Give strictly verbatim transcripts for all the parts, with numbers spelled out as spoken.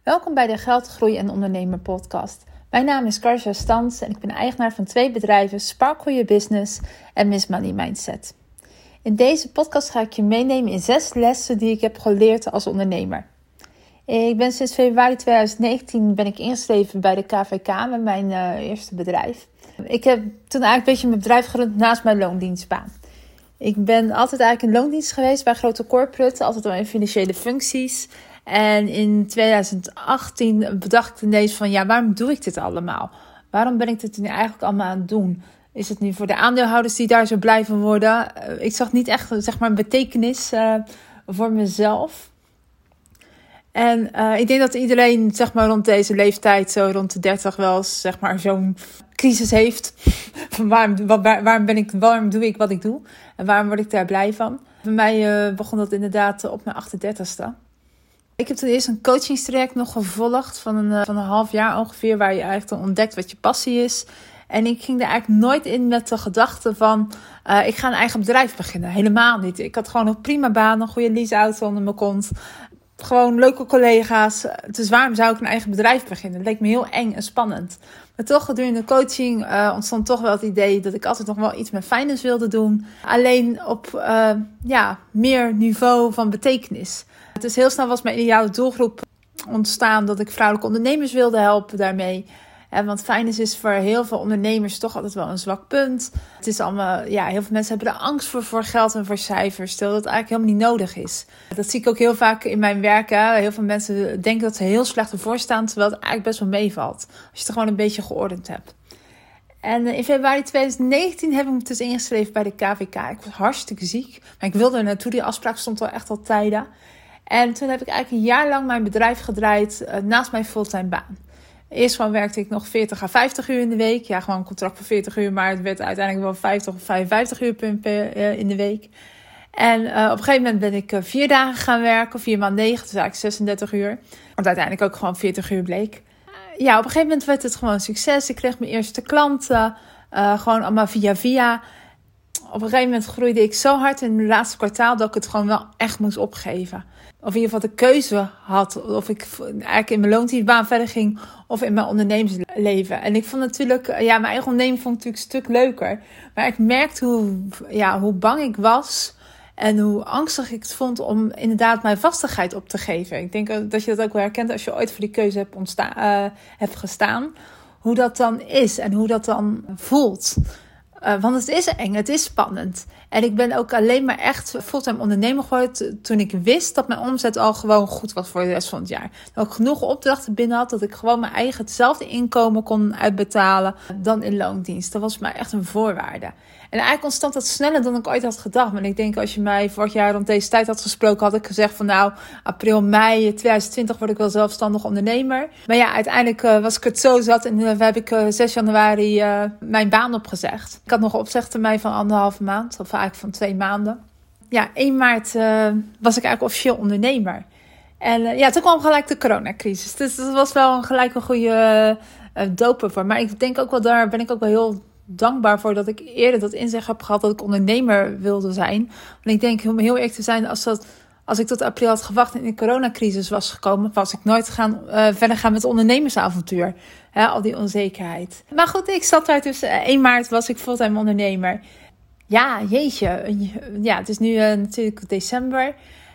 Welkom bij de Geld, Groei en Ondernemer podcast. Mijn naam is Karja Stans en ik ben eigenaar van twee bedrijven, Sparkle Your Business en Miss Money Mindset. In deze podcast ga ik je meenemen in zes lessen die ik heb geleerd als ondernemer. Ik ben sinds februari tweeduizend negentien ben ik ingeschreven bij de K V K met mijn uh, eerste bedrijf. Ik heb toen eigenlijk een beetje mijn bedrijf gerund naast mijn loondienstbaan. Ik ben altijd eigenlijk in loondienst geweest bij grote corporates, altijd wel in financiële functies. En in tweeduizend achttien bedacht ik ineens van, ja, waarom doe ik dit allemaal? Waarom ben ik dit nu eigenlijk allemaal aan het doen? Is het nu voor de aandeelhouders die daar zo blij van worden? Uh, ik zag niet echt, zeg maar, een betekenis uh, voor mezelf. En uh, ik denk dat iedereen, zeg maar, rond deze leeftijd, zo rond de dertig, wel eens, zeg maar, zo'n crisis heeft. Van waarom, waar, waarom, ben ik, waarom doe ik wat ik doe? En waarom word ik daar blij van? Bij mij uh, begon dat inderdaad op mijn achtendertigste. Ik heb toen eerst een coachingstraject nog gevolgd van een, van een half jaar ongeveer, waar je eigenlijk dan ontdekt wat je passie is. En ik ging er eigenlijk nooit in met de gedachte van, uh, ik ga een eigen bedrijf beginnen. Helemaal niet. Ik had gewoon een prima baan, een goede leaseauto onder mijn kont. Gewoon leuke collega's. Dus waarom zou ik een eigen bedrijf beginnen? Dat leek me heel eng en spannend. Maar toch, gedurende de coaching uh, ontstond toch wel het idee dat ik altijd nog wel iets met finance wilde doen. Alleen op uh, ja, meer niveau van betekenis. Dus heel snel was mijn ideale doelgroep ontstaan dat ik vrouwelijke ondernemers wilde helpen daarmee. Ja, want finance is voor heel veel ondernemers toch altijd wel een zwak punt. Het is allemaal, ja, heel veel mensen hebben er angst voor, voor geld en voor cijfers, terwijl dat eigenlijk helemaal niet nodig is. Dat zie ik ook heel vaak in mijn werk. Hè. Heel veel mensen denken dat ze heel slecht ervoor staan, terwijl het eigenlijk best wel meevalt. Als je het gewoon een beetje geordend hebt. En in februari tweeduizend negentien heb ik me dus ingeschreven bij de K V K. Ik was hartstikke ziek, maar ik wilde er naartoe. Die afspraak stond al echt al tijden. En toen heb ik eigenlijk een jaar lang mijn bedrijf gedraaid uh, naast mijn fulltime baan. Eerst gewoon werkte ik nog veertig à vijftig uur in de week. Ja, gewoon een contract van veertig uur, maar het werd uiteindelijk wel vijftig of vijfenvijftig uur per, per, uh, in de week. En uh, op een gegeven moment ben ik uh, vier dagen gaan werken, vier maal negen, dus eigenlijk zesendertig uur. Wat uiteindelijk ook gewoon veertig uur bleek. Uh, ja, op een gegeven moment werd het gewoon een succes. Ik kreeg mijn eerste klanten, uh, gewoon allemaal via via. Op een gegeven moment groeide ik zo hard in het laatste kwartaal dat ik het gewoon wel echt moest opgeven. Of in ieder geval de keuze had of ik eigenlijk in mijn loondienstbaan verder ging of in mijn ondernemersleven. En ik vond natuurlijk, ja, mijn eigen onderneming vond ik natuurlijk een stuk leuker. Maar ik merkte hoe, ja, hoe bang ik was en hoe angstig ik het vond om inderdaad mijn vastigheid op te geven. Ik denk dat je dat ook wel herkent als je ooit voor die keuze hebt, ontstaan, uh, hebt gestaan. Hoe dat dan is en hoe dat dan voelt. Uh, want het is eng, het is spannend. En ik ben ook alleen maar echt fulltime ondernemer geworden toen ik wist dat mijn omzet al gewoon goed was voor de rest van het jaar. Dat ik genoeg opdrachten binnen had, dat ik gewoon mijn eigen hetzelfde inkomen kon uitbetalen dan in loondienst. Dat was voor mij echt een voorwaarde. En eigenlijk ontstond dat sneller dan ik ooit had gedacht. Maar ik denk, als je mij vorig jaar rond deze tijd had gesproken, had ik gezegd van nou, april, mei tweeduizend twintig word ik wel zelfstandig ondernemer. Maar ja, uiteindelijk uh, was ik het zo zat en uh, heb ik uh, zes januari uh, mijn baan opgezegd. Ik had nog een opzegtermijn van anderhalve maand, of eigenlijk van twee maanden. Ja, één maart uh, was ik eigenlijk officieel ondernemer. En uh, ja, toen kwam gelijk de coronacrisis. Dus dat was wel een, gelijk een goede uh, uh, doper voor. Maar ik denk ook wel, daar ben ik ook wel heel dankbaar voor dat ik eerder dat inzicht heb gehad dat ik ondernemer wilde zijn. Want ik denk, om heel eerlijk te zijn, als, dat, als ik tot april had gewacht en in de coronacrisis was gekomen, was ik nooit gaan, uh, verder gaan met het ondernemersavontuur. Hè, al die onzekerheid. Maar goed, ik zat daar dus. Uh, één maart was ik fulltime ondernemer. Ja, jeetje. Ja, het is nu uh, natuurlijk december.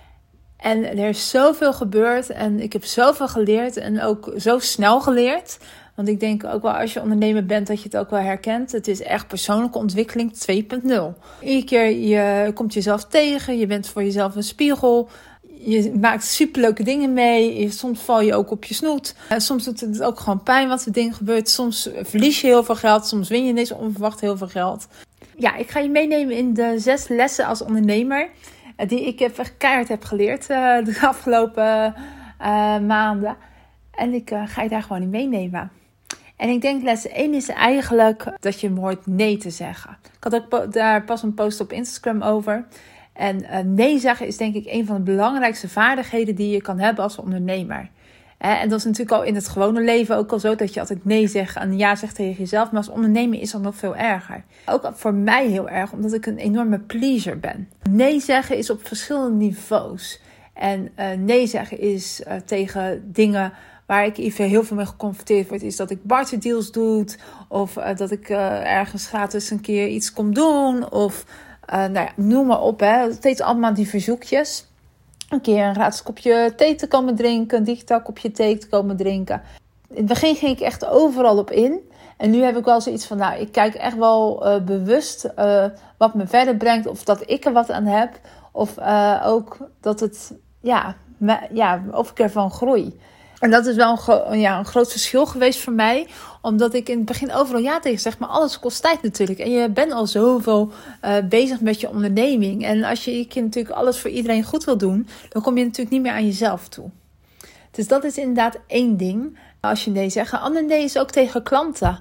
En er is zoveel gebeurd en ik heb zoveel geleerd en ook zo snel geleerd. Want ik denk ook wel als je ondernemer bent dat je het ook wel herkent. Het is echt persoonlijke ontwikkeling twee punt nul. Iedere keer je komt jezelf tegen, je bent voor jezelf een spiegel. Je maakt superleuke dingen mee. Soms val je ook op je snoet. Soms doet het ook gewoon pijn wat er dingen gebeurt. Soms verlies je heel veel geld. Soms win je ineens onverwacht heel veel geld. Ja, ik ga je meenemen in de zes lessen als ondernemer. Die ik heb echt keihard heb geleerd uh, de afgelopen uh, maanden. En ik uh, ga je daar gewoon in meenemen. En ik denk les één is eigenlijk dat je hoort nee te zeggen. Ik had ook daar pas een post op Instagram over. En uh, nee zeggen is denk ik een van de belangrijkste vaardigheden die je kan hebben als ondernemer. Eh, en dat is natuurlijk al in het gewone leven ook al zo dat je altijd nee zegt en ja zegt tegen jezelf. Maar als ondernemer is dat nog veel erger. Ook voor mij heel erg, omdat ik een enorme pleaser ben. Nee zeggen is op verschillende niveaus. En uh, nee zeggen is uh, tegen dingen waar ik even heel veel mee geconfronteerd word, is dat ik barterdeals doe. Of uh, dat ik uh, ergens gratis een keer iets kom doen. Of uh, nou ja, noem maar op. Hè. Steeds allemaal die verzoekjes. Een keer een gratis kopje thee te komen drinken. Een digitaal kopje thee te komen drinken. In het begin ging ik echt overal op in. En nu heb ik wel zoiets van, nou, ik kijk echt wel uh, bewust uh, wat me verder brengt. Of dat ik er wat aan heb. Of uh, ook dat het, ja, me, ja, of ik ervan groei. En dat is wel een, gro- ja, een groot verschil geweest voor mij. Omdat ik in het begin overal ja tegen zeg. Maar alles kost tijd natuurlijk. En je bent al zoveel uh, bezig met je onderneming. En als je, je natuurlijk alles voor iedereen goed wil doen, dan kom je natuurlijk niet meer aan jezelf toe. Dus dat is inderdaad één ding. Als je nee zegt. Een ander nee is ook tegen klanten.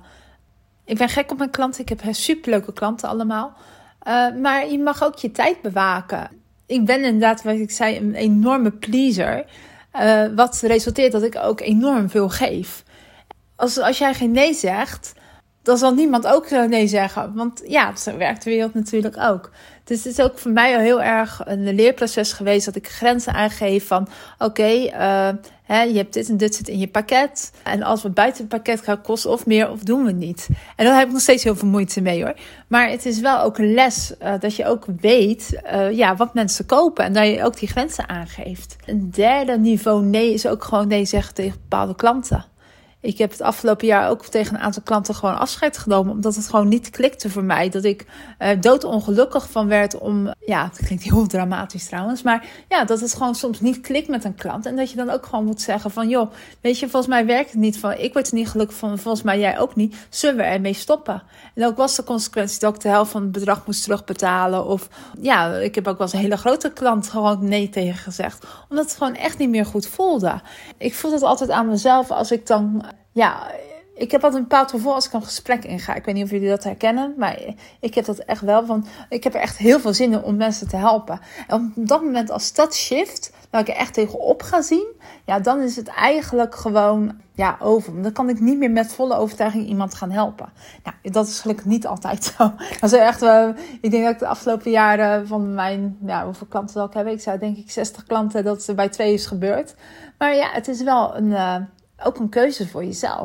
Ik ben gek op mijn klanten. Ik heb superleuke klanten allemaal. Uh, maar je mag ook je tijd bewaken. Ik ben inderdaad, wat ik zei, een enorme pleaser. Uh, wat resulteert dat ik ook enorm veel geef. Als, als jij geen nee zegt, dan zal niemand ook nee zeggen. Want ja, zo werkt de wereld natuurlijk ook. Dus het is ook voor mij al heel erg een leerproces geweest dat ik grenzen aangeef van oké, okay, uh, je hebt dit en dit zit in je pakket. En als we buiten het pakket gaan kosten of meer of doen we niet. En daar heb ik nog steeds heel veel moeite mee hoor. Maar het is wel ook een les uh, dat je ook weet uh, ja, wat mensen kopen. En dat je ook die grenzen aangeeft. Een derde niveau nee is ook gewoon nee zeggen tegen bepaalde klanten. Ik heb het afgelopen jaar ook tegen een aantal klanten gewoon afscheid genomen. Omdat het gewoon niet klikte voor mij. Dat ik uh, doodongelukkig van werd om... Ja, dat klinkt heel dramatisch trouwens. Maar ja, dat het gewoon soms niet klikt met een klant. En dat je dan ook gewoon moet zeggen van... joh, weet je, volgens mij werkt het niet. Van, ik word er niet gelukkig van. Volgens mij jij ook niet. Zullen we ermee stoppen? En ook was de consequentie dat ik de helft van het bedrag moest terugbetalen. Of ja, ik heb ook wel eens een hele grote klant gewoon nee tegen gezegd. Omdat het gewoon echt niet meer goed voelde. Ik voel het altijd aan mezelf als ik dan... Ja, ik heb altijd een bepaald gevoel als ik een gesprek inga. Ik weet niet of jullie dat herkennen, maar ik heb dat echt wel. Van, ik heb er echt heel veel zin in om mensen te helpen. En op dat moment, als dat shift, dat ik er echt tegenop ga zien, ja, dan is het eigenlijk gewoon ja, over. Dan kan ik niet meer met volle overtuiging iemand gaan helpen. Nou, dat is gelukkig niet altijd zo. Dat is echt, uh, ik denk dat ik de afgelopen jaren van mijn, ja, hoeveel klanten zal ik hebben? Ik zou denk ik zestig klanten, dat het bij twee is gebeurd. Maar ja, het is wel een... Uh, ook een keuze voor jezelf.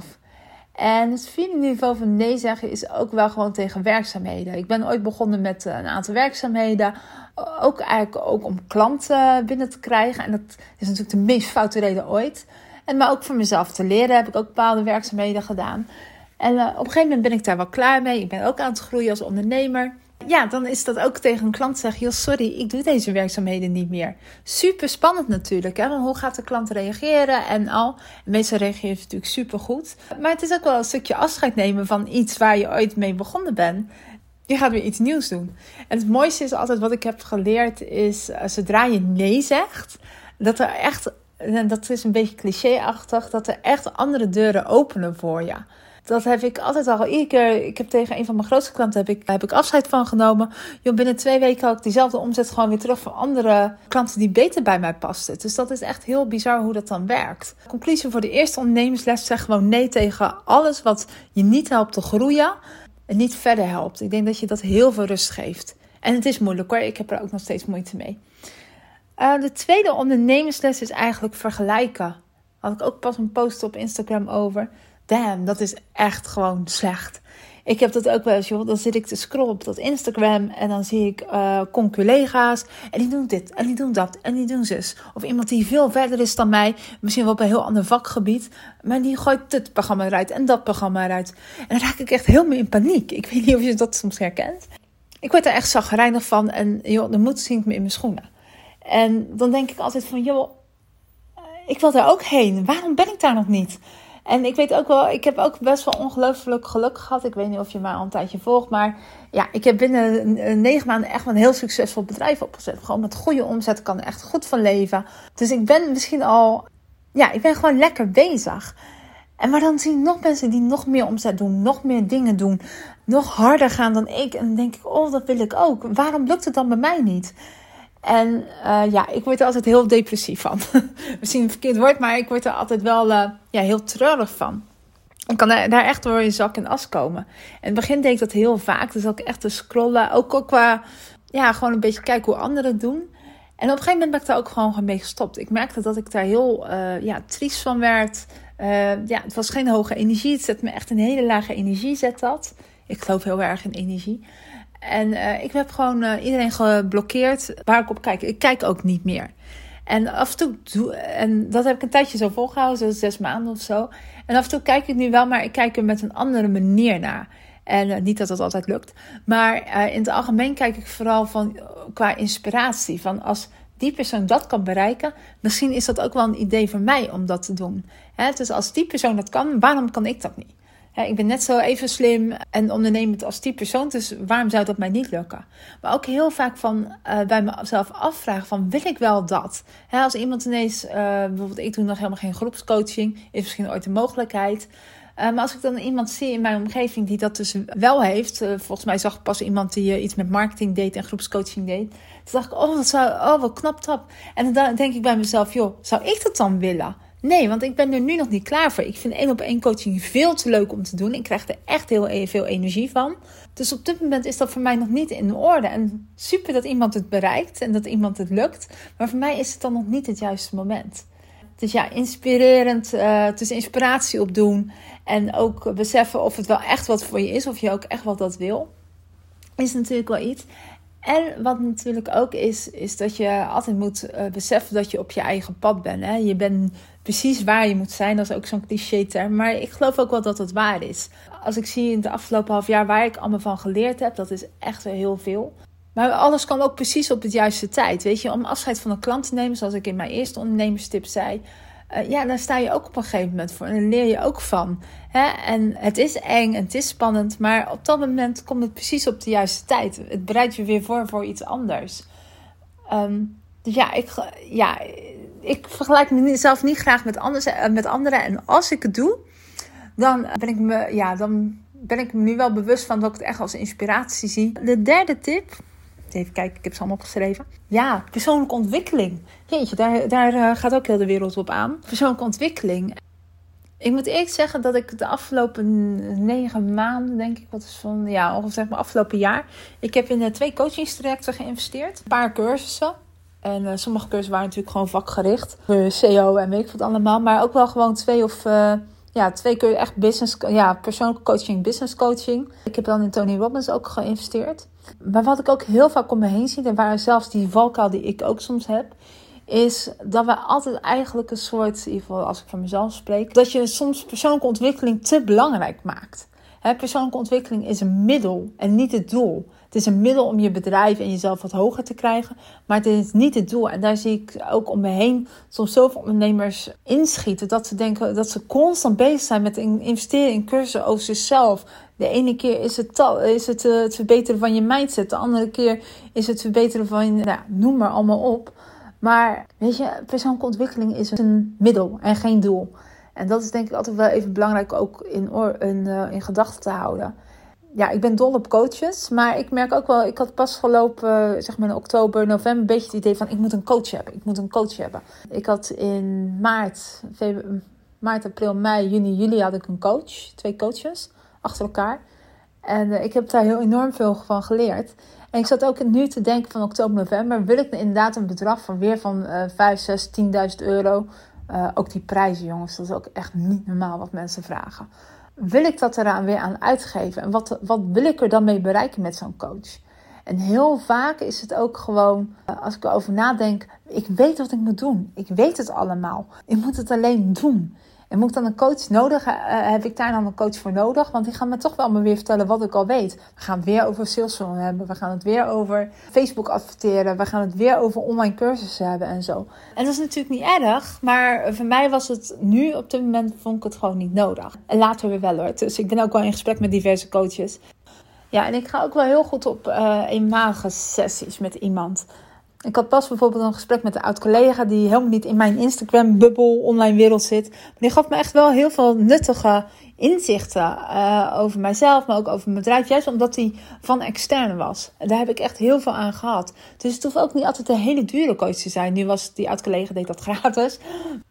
En het vierde niveau van nee zeggen is ook wel gewoon tegen werkzaamheden. Ik ben ooit begonnen met een aantal werkzaamheden. Ook eigenlijk ook om klanten binnen te krijgen. En dat is natuurlijk de meest foute reden ooit. En maar ook voor mezelf te leren heb ik ook bepaalde werkzaamheden gedaan. En uh, op een gegeven moment ben ik daar wel klaar mee. Ik ben ook aan het groeien als ondernemer. Ja, dan is dat ook tegen een klant zeggen... joh, sorry, ik doe deze werkzaamheden niet meer. Super spannend natuurlijk, hè? Want hoe gaat de klant reageren en al? En meestal reageert het natuurlijk super goed. Maar het is ook wel een stukje afscheid nemen van iets waar je ooit mee begonnen bent. Je gaat weer iets nieuws doen. En het mooiste is altijd wat ik heb geleerd is... Uh, zodra je nee zegt, dat er echt... en dat is een beetje cliché-achtig... dat er echt andere deuren openen voor je... Dat heb ik altijd al iedere keer. Ik heb tegen een van mijn grootste klanten heb ik, heb ik afscheid van genomen. Joh, binnen twee weken had ik diezelfde omzet gewoon weer terug voor andere klanten die beter bij mij pasten. Dus dat is echt heel bizar hoe dat dan werkt. Conclusie voor de eerste ondernemersles: zeg gewoon nee tegen alles wat je niet helpt te groeien en niet verder helpt. Ik denk dat je dat heel veel rust geeft. En het is moeilijk hoor. Ik heb er ook nog steeds moeite mee. Uh, de tweede ondernemersles is eigenlijk vergelijken. Had ik ook pas een post op Instagram over. Damn, dat is echt gewoon slecht. Ik heb dat ook wel eens, joh. Dan zit ik te scrollen op dat Instagram en dan zie ik uh, conculega's. En die doen dit, en die doen dat, en die doen zus. Of iemand die veel verder is dan mij. Misschien wel op een heel ander vakgebied. Maar die gooit dit programma eruit en dat programma eruit. En dan raak ik echt helemaal in paniek. Ik weet niet of je dat soms herkent. Ik word er echt chagrijnig van. En joh, de moed zinkt me in mijn schoenen. En dan denk ik altijd van, joh, ik wil daar ook heen. Waarom ben ik daar nog niet? En ik weet ook wel, ik heb ook best wel ongelooflijk geluk gehad. Ik weet niet of je mij al een tijdje volgt. Maar ja, ik heb binnen negen maanden echt wel een heel succesvol bedrijf opgezet. Gewoon met goede omzet, kan er echt goed van leven. Dus ik ben misschien al, ja, ik ben gewoon lekker bezig. En maar dan zie ik nog mensen die nog meer omzet doen, nog meer dingen doen, nog harder gaan dan ik. En dan denk ik, oh, dat wil ik ook. Waarom lukt het dan bij mij niet? En uh, ja, ik word er altijd heel depressief van. Misschien een verkeerd woord, maar ik word er altijd wel uh, ja, heel treurig van. Ik kan daar echt door in zak en as komen. In het begin deed ik dat heel vaak. Dus ook echt te scrollen. Ook, ook qua, ja, gewoon een beetje kijken hoe anderen het doen. En op een gegeven moment ben ik daar ook gewoon mee gestopt. Ik merkte dat ik daar heel uh, ja, triest van werd. Uh, ja, het was geen hoge energie. Het zet me echt een hele lage energie, zet dat. Ik geloof heel erg in energie. En uh, ik heb gewoon uh, iedereen geblokkeerd waar ik op kijk. Ik kijk ook niet meer. En af en toe, doe, en dat heb ik een tijdje zo volgehouden, zo'n zes maanden of zo. En af en toe kijk ik nu wel, maar ik kijk er met een andere manier naar. En uh, niet dat dat altijd lukt. Maar uh, in het algemeen kijk ik vooral van, uh, qua inspiratie. Van als die persoon dat kan bereiken, misschien is dat ook wel een idee voor mij om dat te doen. Hè? Dus als die persoon dat kan, waarom kan ik dat niet? Ja, ik ben net zo even slim en ondernemend als die persoon, dus waarom zou dat mij niet lukken? Maar ook heel vaak van uh, bij mezelf afvragen van, wil ik wel dat? Hè, als iemand ineens, uh, bijvoorbeeld ik doe nog helemaal geen groepscoaching, is misschien ooit een mogelijkheid. Uh, maar als ik dan iemand zie in mijn omgeving die dat dus wel heeft, uh, volgens mij zag ik pas iemand die uh, iets met marketing deed en groepscoaching deed. Toen dacht ik, oh wat, zou, oh, wat knap dat. En dan denk ik bij mezelf, joh, zou ik dat dan willen? Nee, want ik ben er nu nog niet klaar voor. Ik vind één op één coaching veel te leuk om te doen. Ik krijg er echt heel veel energie van. Dus op dit moment is dat voor mij nog niet in orde. En super dat iemand het bereikt en dat iemand het lukt. Maar voor mij is het dan nog niet het juiste moment. Dus ja, inspirerend. Uh, het is inspiratie opdoen. En ook beseffen of het wel echt wat voor je is. Of je ook echt wat dat wil. Is natuurlijk wel iets. En wat natuurlijk ook is, is dat je altijd moet uh, beseffen dat je op je eigen pad bent. Hè? Je bent precies waar je moet zijn. Dat is ook zo'n cliché-term. Maar ik geloof ook wel dat het waar is. Als ik zie in de afgelopen half jaar waar ik allemaal van geleerd heb, dat is echt wel heel veel. Maar alles kan ook precies op het juiste tijd. Weet je, om afscheid van een klant te nemen, zoals ik in mijn eerste ondernemerstip zei. Uh, ja, daar sta je ook op een gegeven moment voor. En daar leer je ook van. Hè? En het is eng en het is spannend. Maar op dat moment komt het precies op de juiste tijd. Het bereidt je weer voor voor iets anders. Um, dus ja ik, ja, ik vergelijk mezelf niet graag met, anders, met anderen. En als ik het doe, dan ben ik me, ja, dan ben ik me nu wel bewust van dat ik het echt als inspiratie zie. De derde tip. Even kijken, ik heb ze allemaal opgeschreven. Ja, persoonlijke ontwikkeling. Jeetje, daar, daar gaat ook heel de wereld op aan. Persoonlijke ontwikkeling. Ik moet eerlijk zeggen dat ik de afgelopen negen maanden, denk ik, wat is van, ja, ongeveer zeg maar afgelopen jaar. Ik heb in twee coachingstrajecten geïnvesteerd. Een paar cursussen. En uh, sommige cursussen waren natuurlijk gewoon vakgericht. C E O en weet ik wat allemaal. Maar ook wel gewoon twee of... Uh, Ja, twee keer echt business, ja, persoonlijke coaching, business coaching. Ik heb dan in Tony Robbins ook geïnvesteerd. Maar wat ik ook heel vaak om me heen zie, en waar zelfs die valkuil die ik ook soms heb, is dat we altijd eigenlijk een soort, in ieder geval als ik van mezelf spreek, dat je soms persoonlijke ontwikkeling te belangrijk maakt. He, persoonlijke ontwikkeling is een middel en niet het doel. Het is een middel om je bedrijf en jezelf wat hoger te krijgen, maar het is niet het doel. En daar zie ik ook om me heen soms zoveel ondernemers inschieten, dat ze denken dat ze constant bezig zijn met investeren in cursussen over zichzelf. De ene keer is het, tal, is het uh, het verbeteren van je mindset, de andere keer is het verbeteren van je, nou, noem maar allemaal op. Maar weet je, persoonlijke ontwikkeling is een middel en geen doel. En dat is denk ik altijd wel even belangrijk ook in, in, uh, in gedachten te houden. Ja, ik ben dol op coaches, maar ik merk ook wel, ik had pas gelopen, zeg maar in oktober, november, een beetje het idee van ik moet een coach hebben. Ik moet een coach hebben. Ik had in maart, februari, maart, april, mei, juni, juli had ik een coach. Twee coaches achter elkaar. En uh, ik heb daar heel enorm veel van geleerd. En ik zat ook nu te denken van oktober, november, wil ik inderdaad een bedrag van weer van uh, vijf, zes, tienduizend euro. Uh, ook die prijzen, jongens, dat is ook echt niet normaal wat mensen vragen. Wil ik dat eraan weer aan uitgeven? En wat, wat wil ik er dan mee bereiken met zo'n coach? En heel vaak is het ook gewoon, als ik erover nadenk, ik weet wat ik moet doen. Ik weet het allemaal. Ik moet het alleen doen. En moet ik dan een coach nodig? Uh, heb ik daar dan een coach voor nodig? Want die gaat me toch wel maar weer vertellen wat ik al weet. We gaan het weer over sales funnel hebben. We gaan het weer over Facebook adverteren. We gaan het weer over online cursussen hebben en zo. En dat is natuurlijk niet erg. Maar voor mij was het nu, op dit moment, vond ik het gewoon niet nodig. En later weer wel hoor. Dus ik ben ook wel in gesprek met diverse coaches. Ja, en ik ga ook wel heel goed op uh, eenmalige sessies met iemand. Ik had pas bijvoorbeeld een gesprek met een oud collega die helemaal niet in mijn Instagram-bubbel, online wereld zit. Maar die gaf me echt wel heel veel nuttige inzichten uh, over mijzelf, maar ook over mijn bedrijf. Juist omdat hij van extern was. En daar heb ik echt heel veel aan gehad. Dus het hoeft ook niet altijd een hele dure coach te zijn. Nu was die oud collega, deed dat gratis.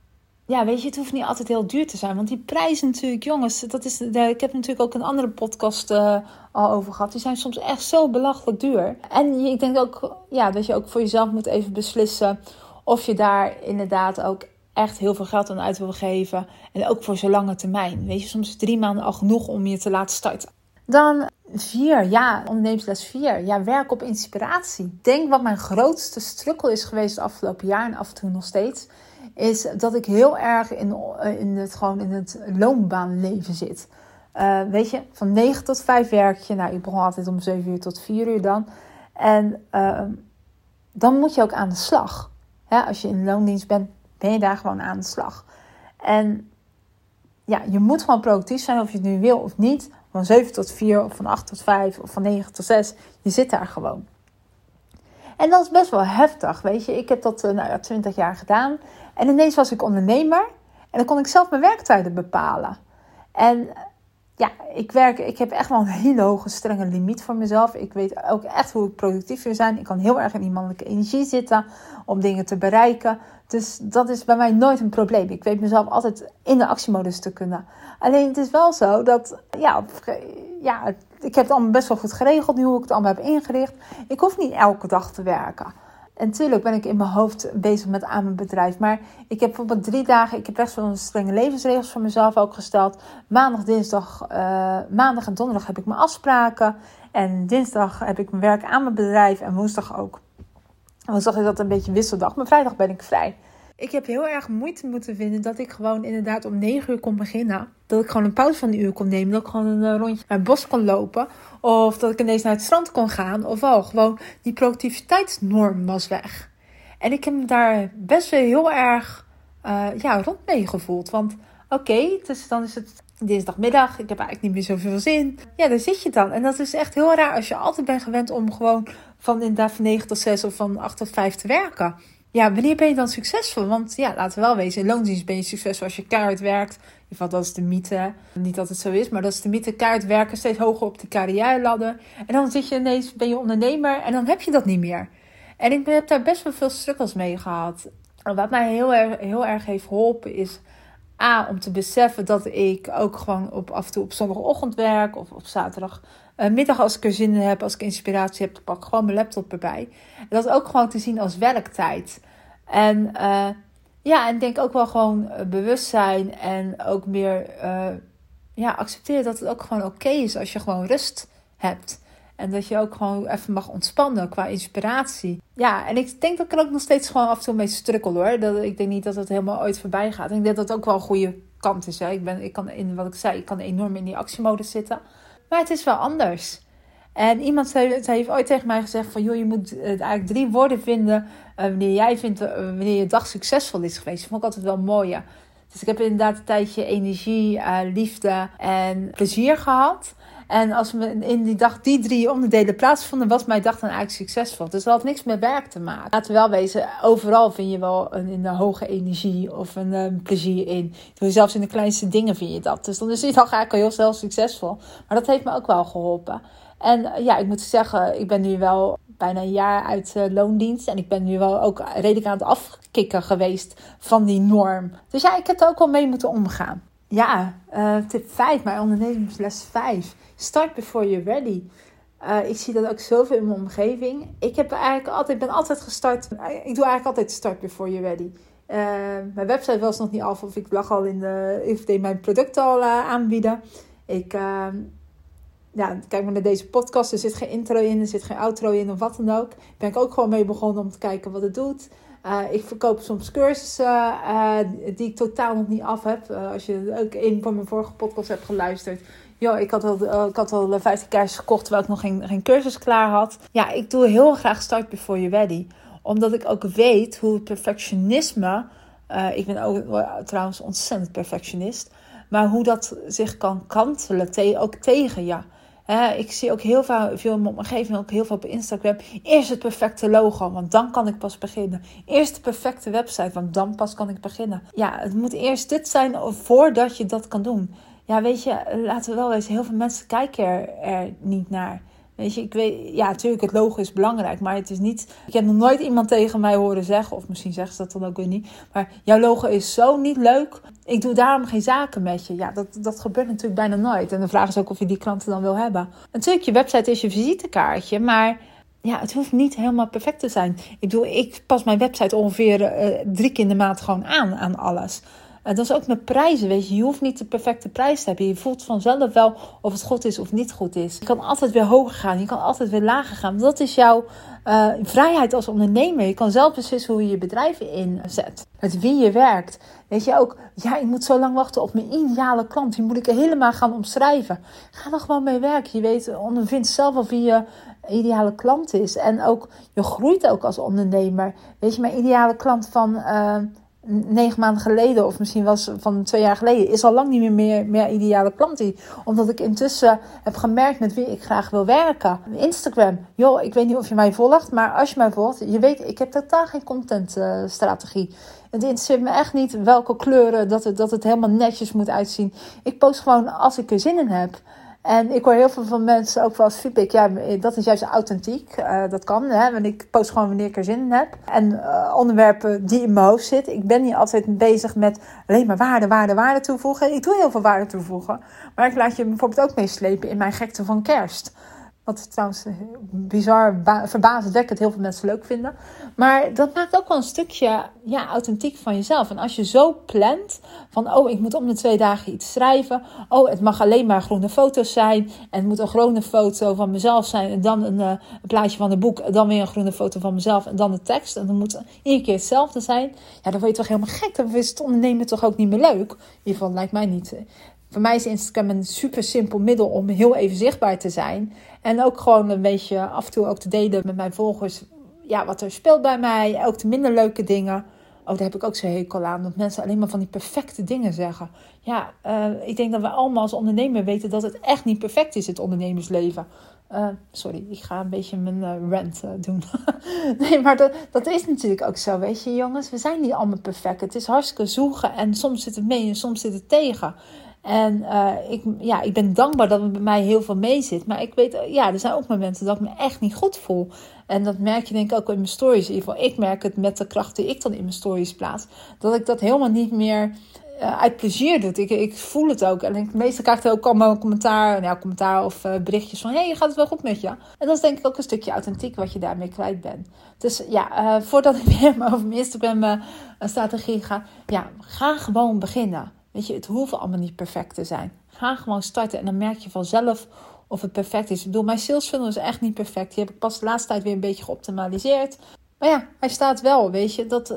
ja, weet je, het hoeft niet altijd heel duur te zijn. Want die prijzen natuurlijk, jongens, dat is, ik heb natuurlijk ook een andere podcast uh, al over gehad. Die zijn soms echt zo belachelijk duur. En ik denk ook, ja, dat je ook voor jezelf moet even beslissen of je daar inderdaad ook echt heel veel geld aan uit wil geven. En ook voor zo'n lange termijn. Weet je, soms is drie maanden al genoeg om je te laten starten. Dan vier, ja, ondernemersles vier. Ja, werk op inspiratie. Ik denk wat mijn grootste struggle is geweest het afgelopen jaar en af en toe nog steeds, is dat ik heel erg in, in, het, gewoon in het loonbaanleven zit. Uh, weet je, van negen tot vijf werk je. Nou, ik begon altijd om zeven uur tot vier uur dan. En uh, dan moet je ook aan de slag. Hè, als je in loondienst bent, ben je daar gewoon aan de slag. En ja, je moet gewoon productief zijn of je het nu wil of niet. Van zeven tot vier of van acht tot vijf of van negen tot zes. Je zit daar gewoon. En dat is best wel heftig, weet je. Ik heb dat uh, nou ja, twintig jaar gedaan. En ineens was ik ondernemer. En dan kon ik zelf mijn werktijden bepalen. En ja, ik werk, ik heb echt wel een hele hoge, strenge limiet voor mezelf. Ik weet ook echt hoe ik productief wil zijn. Ik kan heel erg in die mannelijke energie zitten om dingen te bereiken. Dus dat is bij mij nooit een probleem. Ik weet mezelf altijd in de actiemodus te kunnen. Alleen het is wel zo dat, ja, ja, ik heb het allemaal best wel goed geregeld. Nu hoe ik het allemaal heb ingericht. Ik hoef niet elke dag te werken. En natuurlijk ben ik in mijn hoofd bezig met aan mijn bedrijf. Maar ik heb bijvoorbeeld drie dagen, ik heb best wel een strenge levensregels voor mezelf ook gesteld. Maandag, dinsdag, uh, maandag en donderdag heb ik mijn afspraken. En dinsdag heb ik mijn werk aan mijn bedrijf en woensdag ook. Woensdag is dat een beetje wisseldag, maar vrijdag ben ik vrij. Ik heb heel erg moeite moeten vinden dat ik gewoon inderdaad om negen uur kon beginnen. Dat ik gewoon een pauze van een uur kon nemen. Dat ik gewoon een rondje naar het bos kon lopen. Of dat ik ineens naar het strand kon gaan. Of wel gewoon die productiviteitsnorm was weg. En ik heb me daar best wel heel erg uh, ja, rond mee gevoeld. Want oké, okay, dus dan is het dinsdagmiddag. Ik heb eigenlijk niet meer zoveel zin. Ja, daar zit je dan. En dat is echt heel raar als je altijd bent gewend om gewoon van inderdaad van negen tot zes of van acht tot vijf te werken. Ja, wanneer ben je dan succesvol? Want ja, laten we wel wezen, in loondienst ben je succesvol als je keihard werkt. In ieder geval, dat is de mythe. Niet dat het zo is, maar dat is de mythe. Keihard werken, steeds hoger op de carrièreladder. En dan zit je ineens, ben je ondernemer en dan heb je dat niet meer. En ik heb daar best wel veel struggles mee gehad. En wat mij heel erg, heel erg heeft geholpen is A, om te beseffen dat ik ook gewoon op, af en toe op zondagochtend werk of op zaterdag. Uh, middag als ik er zin in heb, als ik inspiratie heb, dan pak ik gewoon mijn laptop erbij. En dat ook gewoon te zien als werktijd. En uh, ja, en denk ook wel gewoon uh, bewust zijn en ook meer uh, ja, accepteren dat het ook gewoon oké okay is als je gewoon rust hebt. En dat je ook gewoon even mag ontspannen qua inspiratie. Ja, en ik denk dat ik er ook nog steeds gewoon af en toe mee strukkel hoor. Dat, ik denk niet dat het helemaal ooit voorbij gaat. En ik denk dat dat ook wel een goede kant is. Hè. Ik, ben, ik kan in, wat ik zei, ik kan enorm in die actiemodus zitten. Maar het is wel anders. En iemand heeft, heeft ooit tegen mij gezegd van, joh, je moet uh, eigenlijk drie woorden vinden uh, wanneer jij vindt, uh, wanneer je dag succesvol is geweest. Dat vond ik altijd wel mooi. Ja. Dus ik heb inderdaad een tijdje energie, uh, liefde en plezier gehad. En als we in die dag die drie onderdelen plaatsvonden, was mijn dag dan eigenlijk succesvol. Dus dat had niks met werk te maken. Laten we wel wezen, overal vind je wel een, een hoge energie of een, een plezier in. Zelfs in de kleinste dingen vind je dat. Dus dan is die dag eigenlijk al heel snel succesvol. Maar dat heeft me ook wel geholpen. En ja, ik moet zeggen, ik ben nu wel bijna een jaar uit uh, loondienst. En ik ben nu wel ook redelijk aan het afkicken geweest van die norm. Dus ja, ik heb er ook wel mee moeten omgaan. Ja, uh, tip vijf, mijn ondernemersles vijf. Start before you're ready. Uh, ik zie dat ook zoveel in mijn omgeving. Ik heb eigenlijk altijd, ben altijd gestart. Ik doe eigenlijk altijd start before you're ready. Uh, mijn website was nog niet af of ik lag al in de. Ik deed mijn product al uh, aanbieden. Ik. Uh, Ja, kijk maar naar deze podcast. Er zit geen intro in, er zit geen outro in of wat dan ook. Daar ben ik ook gewoon mee begonnen om te kijken wat het doet. Uh, ik verkoop soms cursussen uh, die ik totaal nog niet af heb. Uh, als je ook een van mijn vorige podcasts hebt geluisterd. Yo, ik had al, uh, ik had al vijftien kaartjes gekocht terwijl ik nog geen, geen cursus klaar had. Ja, ik doe heel graag start before you're ready. Omdat ik ook weet hoe perfectionisme. Uh, ik ben ook uh, trouwens ontzettend perfectionist. Maar hoe dat zich kan kantelen, te- ook tegen je. He, ik zie ook heel veel, veel in mijn omgeving, ook heel veel op Instagram. Eerst het perfecte logo, want dan kan ik pas beginnen. Eerst de perfecte website, want dan pas kan ik beginnen. Ja, het moet eerst dit zijn voordat je dat kan doen. Ja, weet je, laten we wel eens, heel veel mensen kijken er, er niet naar. Weet je, ik weet, ja, natuurlijk, het logo is belangrijk, maar het is niet... Ik heb nog nooit iemand tegen mij horen zeggen, of misschien zeggen ze dat dan ook weer niet, maar jouw logo is zo niet leuk, ik doe daarom geen zaken met je. Ja, dat, dat gebeurt natuurlijk bijna nooit. En de vraag is ook of je die klanten dan wil hebben. Natuurlijk, je website is je visitekaartje, maar ja, het hoeft niet helemaal perfect te zijn. Ik bedoel, ik pas mijn website ongeveer uh, drie keer in de maand gewoon aan, aan alles. Uh, dat is ook met prijzen, weet je. Je hoeft niet de perfecte prijs te hebben. Je voelt vanzelf wel of het goed is of niet goed is. Je kan altijd weer hoger gaan. Je kan altijd weer lager gaan. Dat is jouw uh, vrijheid als ondernemer. Je kan zelf beslissen hoe je je bedrijf inzet. Met wie je werkt. Weet je ook, ja, ik moet zo lang wachten op mijn ideale klant. Die moet ik helemaal gaan omschrijven. Ga er gewoon mee werken. Je weet, ondervindt zelf of wie je ideale klant is. En ook, je groeit ook als ondernemer. Weet je, mijn ideale klant van Uh, negen maanden geleden, of misschien wel van twee jaar geleden, is al lang niet meer meer, meer ideale klant die. Omdat ik intussen heb gemerkt met wie ik graag wil werken. Instagram, joh, ik weet niet of je mij volgt, maar als je mij volgt, je weet, ik heb totaal geen contentstrategie. Uh, het interesseert me echt niet welke kleuren, dat het, dat het helemaal netjes moet uitzien. Ik post gewoon als ik er zin in heb. En ik hoor heel veel van mensen ook wel als feedback. Ja, dat is juist authentiek. Uh, dat kan, hè. Want ik post gewoon wanneer ik er zin in heb. En uh, onderwerpen die in mijn hoofd zitten. Ik ben niet altijd bezig met alleen maar waarde, waarde, waarde toevoegen. Ik doe heel veel waarde toevoegen. Maar ik laat je bijvoorbeeld ook meeslepen in mijn gekte van kerst. Wat trouwens bizar, ba- verbazendwekkend heel veel mensen leuk vinden. Maar dat maakt ook wel een stukje ja, authentiek van jezelf. En als je zo plant van, oh, ik moet om de twee dagen iets schrijven. Oh, het mag alleen maar groene foto's zijn. En het moet een groene foto van mezelf zijn. En dan een, uh, een plaatje van het boek. En dan weer een groene foto van mezelf. En dan de tekst. En dan moet het iedere keer hetzelfde zijn. Ja, dan word je toch helemaal gek. Dan is het ondernemen toch ook niet meer leuk. In ieder geval lijkt mij niet. Voor mij is Instagram een super simpel middel om heel even zichtbaar te zijn. En ook gewoon een beetje af en toe ook te delen met mijn volgers. Ja, wat er speelt bij mij. Ook de minder leuke dingen. Oh, daar heb ik ook zo hekel aan. Dat mensen alleen maar van die perfecte dingen zeggen. Ja, uh, ik denk dat we allemaal als ondernemer weten dat het echt niet perfect is, het ondernemersleven. Uh, sorry, ik ga een beetje mijn uh, rant uh, doen. Nee, maar dat, dat is natuurlijk ook zo, weet je jongens. We zijn niet allemaal perfect. Het is hartstikke zoeken en soms zit het mee en soms zit het tegen. En uh, ik, ja, ik ben dankbaar dat er bij mij heel veel mee zit. Maar ik weet, ja, er zijn ook momenten dat ik me echt niet goed voel. En dat merk je denk ik ook in mijn stories. In ieder geval, ik merk het met de kracht die ik dan in mijn stories plaats. Dat ik dat helemaal niet meer uh, uit plezier doe. Ik, ik voel het ook. En ik, meestal krijg ik ook allemaal commentaar, nou, commentaar of uh, berichtjes van, hé, hey, gaat het wel goed met je? En dat is denk ik ook een stukje authentiek wat je daarmee kwijt bent. Dus ja, uh, voordat ik weer over mijn Instagram uh, strategie ga. Ja, ga gewoon beginnen. Weet je, het hoeft allemaal niet perfect te zijn. Ga gewoon starten en dan merk je vanzelf of het perfect is. Ik bedoel, mijn sales funnel is echt niet perfect. Die heb ik pas de laatste tijd weer een beetje geoptimaliseerd. Maar ja, hij staat wel, weet je. Dat,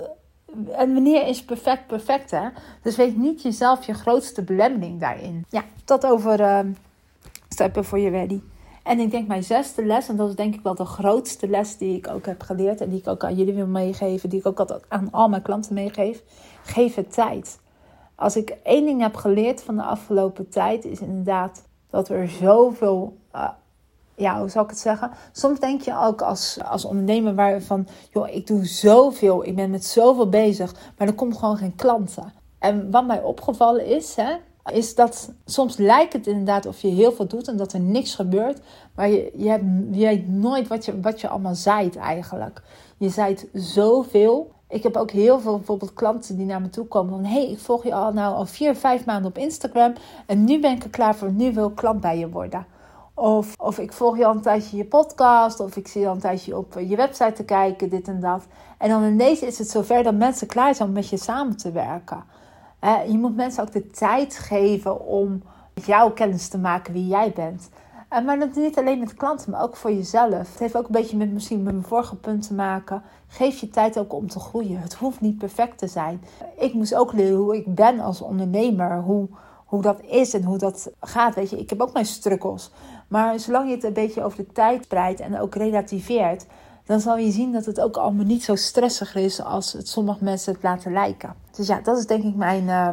en wanneer is perfect perfect, hè? Dus weet niet jezelf je grootste belemmering daarin. Ja, dat over uh, stappen voor je ready. En ik denk mijn zesde les, en dat is denk ik wel de grootste les die ik ook heb geleerd. En die ik ook aan jullie wil meegeven. Die ik ook altijd aan al mijn klanten meegeef. Geef het tijd. Als ik één ding heb geleerd van de afgelopen tijd, is inderdaad dat er zoveel, uh, ja, hoe zal ik het zeggen? Soms denk je ook als, als ondernemer waarvan, joh, ik doe zoveel, ik ben met zoveel bezig, maar er komt gewoon geen klanten. En wat mij opgevallen is, hè, is dat soms lijkt het inderdaad of je heel veel doet en dat er niks gebeurt, maar je, je, hebt, je weet nooit wat je, wat je allemaal zaait eigenlijk. Je zaait zoveel. Ik heb ook heel veel bijvoorbeeld klanten die naar me toe komen van, hey, ik volg je al nou al vier, vijf maanden op Instagram en nu ben ik er klaar voor, nu wil ik klant bij je worden. Of, of ik volg je al een tijdje je podcast, of ik zie je al een tijdje op je website te kijken, dit en dat. En dan ineens is het zover dat mensen klaar zijn om met je samen te werken. Eh, je moet mensen ook de tijd geven om met jou kennis te maken wie jij bent. Uh, maar dat niet alleen met klanten, maar ook voor jezelf. Het heeft ook een beetje met misschien met mijn vorige punt te maken. Geef je tijd ook om te groeien. Het hoeft niet perfect te zijn. Ik moest ook leren hoe ik ben als ondernemer. Hoe, hoe dat is en hoe dat gaat. Weet je, ik heb ook mijn struggles. Maar zolang je het een beetje over de tijd spreidt en ook relativeert, dan zal je zien dat het ook allemaal niet zo stressig is als het sommige mensen het laten lijken. Dus ja, dat is denk ik mijn... Uh,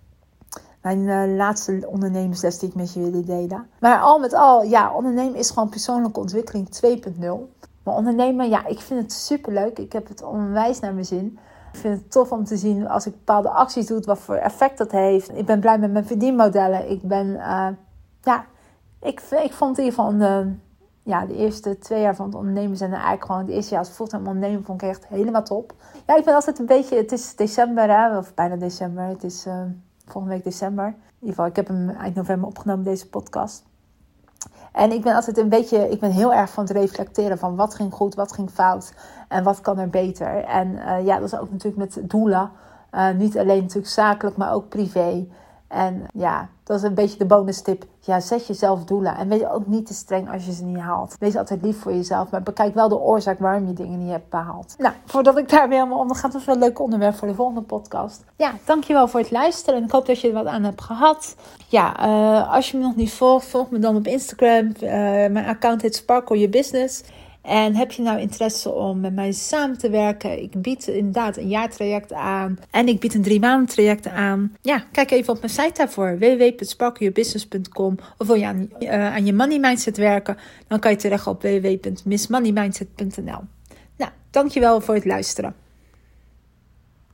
Mijn uh, laatste ondernemersles die ik met je wilde delen. Maar al met al, ja, ondernemen is gewoon persoonlijke ontwikkeling twee punt nul. Maar ondernemen, ja, ik vind het superleuk. Ik heb het onwijs naar mijn zin. Ik vind het tof om te zien als ik bepaalde acties doe, wat voor effect dat heeft. Ik ben blij met mijn verdienmodellen. Ik ben, uh, ja, ik, ik vond in ieder geval een, uh, ja, de eerste twee jaar van het ondernemen zijn eigenlijk gewoon... Het eerste jaar als fulltime ondernemer vond ik echt helemaal top. Ja, ik ben altijd een beetje... Het is december, hè, of bijna december. Het is uh, volgende week december. In ieder geval, ik heb hem eind november opgenomen, deze podcast. En ik ben altijd een beetje... Ik ben heel erg van het reflecteren van wat ging goed, wat ging fout... En wat kan er beter. En uh, ja, dat is ook natuurlijk met doelen. Uh, niet alleen natuurlijk zakelijk, maar ook privé. En ja, dat is een beetje de bonus tip. Ja, zet jezelf doelen. En wees ook niet te streng als je ze niet haalt. Wees altijd lief voor jezelf. Maar bekijk wel de oorzaak waarom je dingen niet hebt behaald. Nou, voordat ik daar weer helemaal onder ga. Dat is wel een leuk onderwerp voor de volgende podcast. Ja, dankjewel voor het luisteren. En ik hoop dat je er wat aan hebt gehad. Ja, uh, als je me nog niet volgt, volg me dan op Instagram. Uh, mijn account heet Sparkle Your Business. En heb je nou interesse om met mij samen te werken? Ik bied inderdaad een jaartraject aan. En ik bied een drie maanden traject aan. Ja, kijk even op mijn site daarvoor. w w w punt sparkle your business punt com. Of wil je aan, uh, aan je money mindset werken? Dan kan je terecht op w w w punt miss money mindset punt n l. Nou, dankjewel voor het luisteren.